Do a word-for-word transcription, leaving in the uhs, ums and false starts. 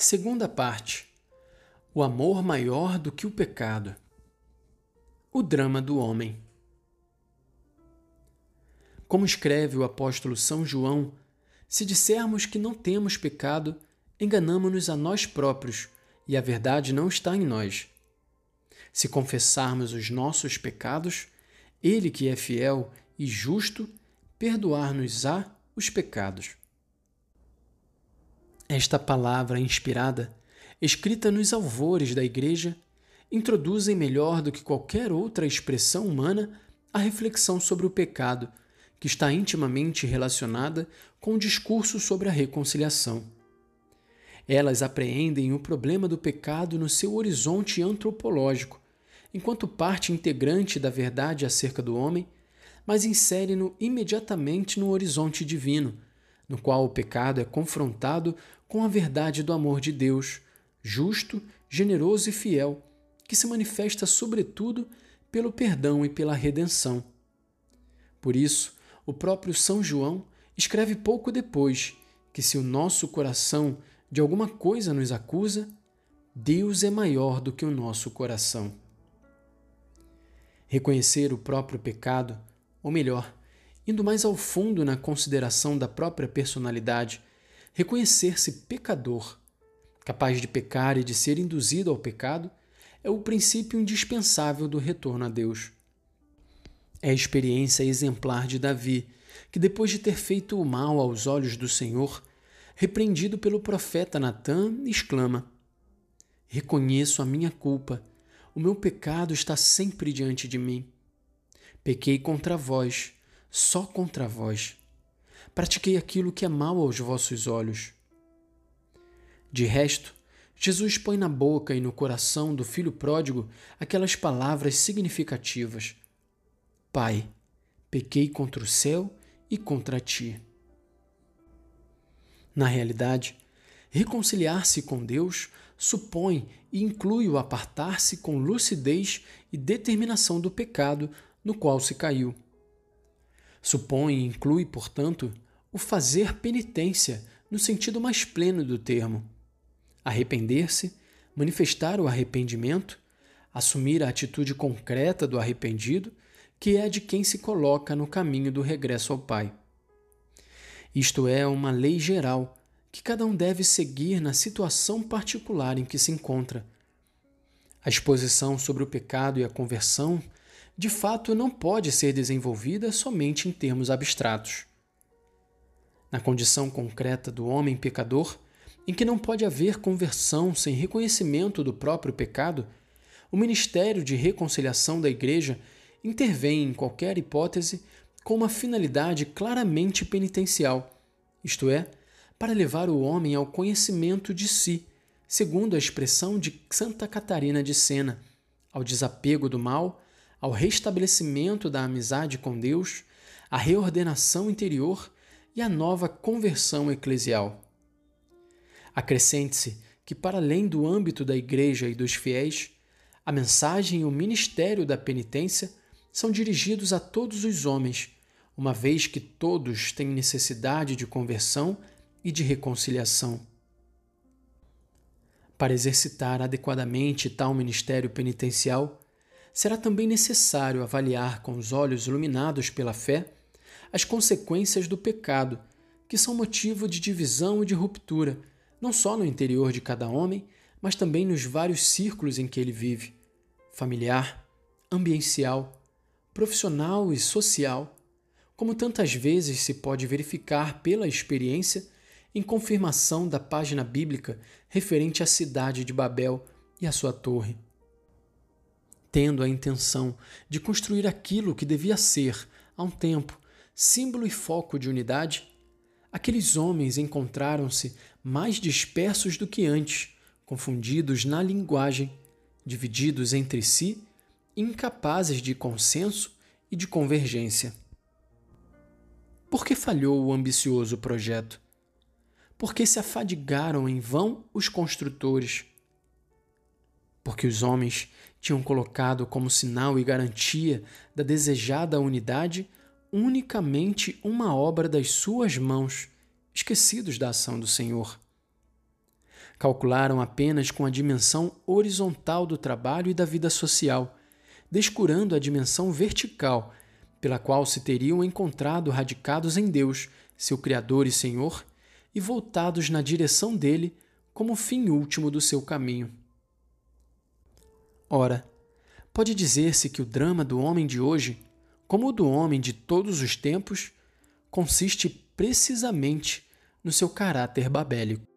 Segunda parte. O amor maior do que o pecado. O drama do homem. Como escreve o apóstolo São João, se dissermos que não temos pecado, enganamo-nos a nós próprios e a verdade não está em nós. Se confessarmos os nossos pecados, Ele que é fiel e justo, perdoar-nos-á os pecados. Esta palavra inspirada, escrita nos alvores da Igreja, introduzem melhor do que qualquer outra expressão humana a reflexão sobre o pecado, que está intimamente relacionada com o discurso sobre a reconciliação. Elas apreendem o problema do pecado no seu horizonte antropológico, enquanto parte integrante da verdade acerca do homem, mas inserem-no imediatamente no horizonte divino, no qual o pecado é confrontado com a verdade do amor de Deus, justo, generoso e fiel, que se manifesta sobretudo pelo perdão e pela redenção. Por isso, o próprio São João escreve pouco depois que se o nosso coração de alguma coisa nos acusa, Deus é maior do que o nosso coração. Reconhecer o próprio pecado, ou melhor, indo mais ao fundo na consideração da própria personalidade, reconhecer-se pecador, capaz de pecar e de ser induzido ao pecado, é o princípio indispensável do retorno a Deus. É a experiência exemplar de Davi, que depois de ter feito o mal aos olhos do Senhor, repreendido pelo profeta Natã, exclama: "Reconheço a minha culpa, o meu pecado está sempre diante de mim. Pequei contra vós, só contra vós. Pratiquei aquilo que é mal aos vossos olhos." De resto, Jesus põe na boca e no coração do filho pródigo aquelas palavras significativas: "Pai, pequei contra o céu e contra ti." Na realidade, reconciliar-se com Deus supõe e inclui o apartar-se com lucidez e determinação do pecado no qual se caiu. Supõe e inclui, portanto, o fazer penitência no sentido mais pleno do termo. Arrepender-se, manifestar o arrependimento, assumir a atitude concreta do arrependido, que é a de quem se coloca no caminho do regresso ao Pai. Isto é uma lei geral que cada um deve seguir na situação particular em que se encontra. A exposição sobre o pecado e a conversão, de fato, não pode ser desenvolvida somente em termos abstratos. Na condição concreta do homem pecador, em que não pode haver conversão sem reconhecimento do próprio pecado, o ministério de reconciliação da Igreja intervém em qualquer hipótese com uma finalidade claramente penitencial, isto é, para levar o homem ao conhecimento de si, segundo a expressão de Santa Catarina de Sena, ao desapego do mal, ao restabelecimento da amizade com Deus, à reordenação interior e à nova conversão eclesial. Acrescente-se que, para além do âmbito da Igreja e dos fiéis, a mensagem e o ministério da penitência são dirigidos a todos os homens, uma vez que todos têm necessidade de conversão e de reconciliação. Para exercitar adequadamente tal ministério penitencial, será também necessário avaliar com os olhos iluminados pela fé as consequências do pecado, que são motivo de divisão e de ruptura, não só no interior de cada homem, mas também nos vários círculos em que ele vive: familiar, ambiencial, profissional e social, como tantas vezes se pode verificar pela experiência em confirmação da página bíblica referente à cidade de Babel e à sua torre. Tendo a intenção de construir aquilo que devia ser, há um tempo, símbolo e foco de unidade, aqueles homens encontraram-se mais dispersos do que antes, confundidos na linguagem, divididos entre si, incapazes de consenso e de convergência. Por que falhou o ambicioso projeto? Porque se afadigaram em vão os construtores. Porque os homens tinham colocado como sinal e garantia da desejada unidade unicamente uma obra das suas mãos, esquecidos da ação do Senhor. Calcularam apenas com a dimensão horizontal do trabalho e da vida social, descurando a dimensão vertical, pela qual se teriam encontrado radicados em Deus, seu Criador e Senhor, e voltados na direção dele como fim último do seu caminho. Ora, pode dizer-se que o drama do homem de hoje, como o do homem de todos os tempos, consiste precisamente no seu caráter babélico.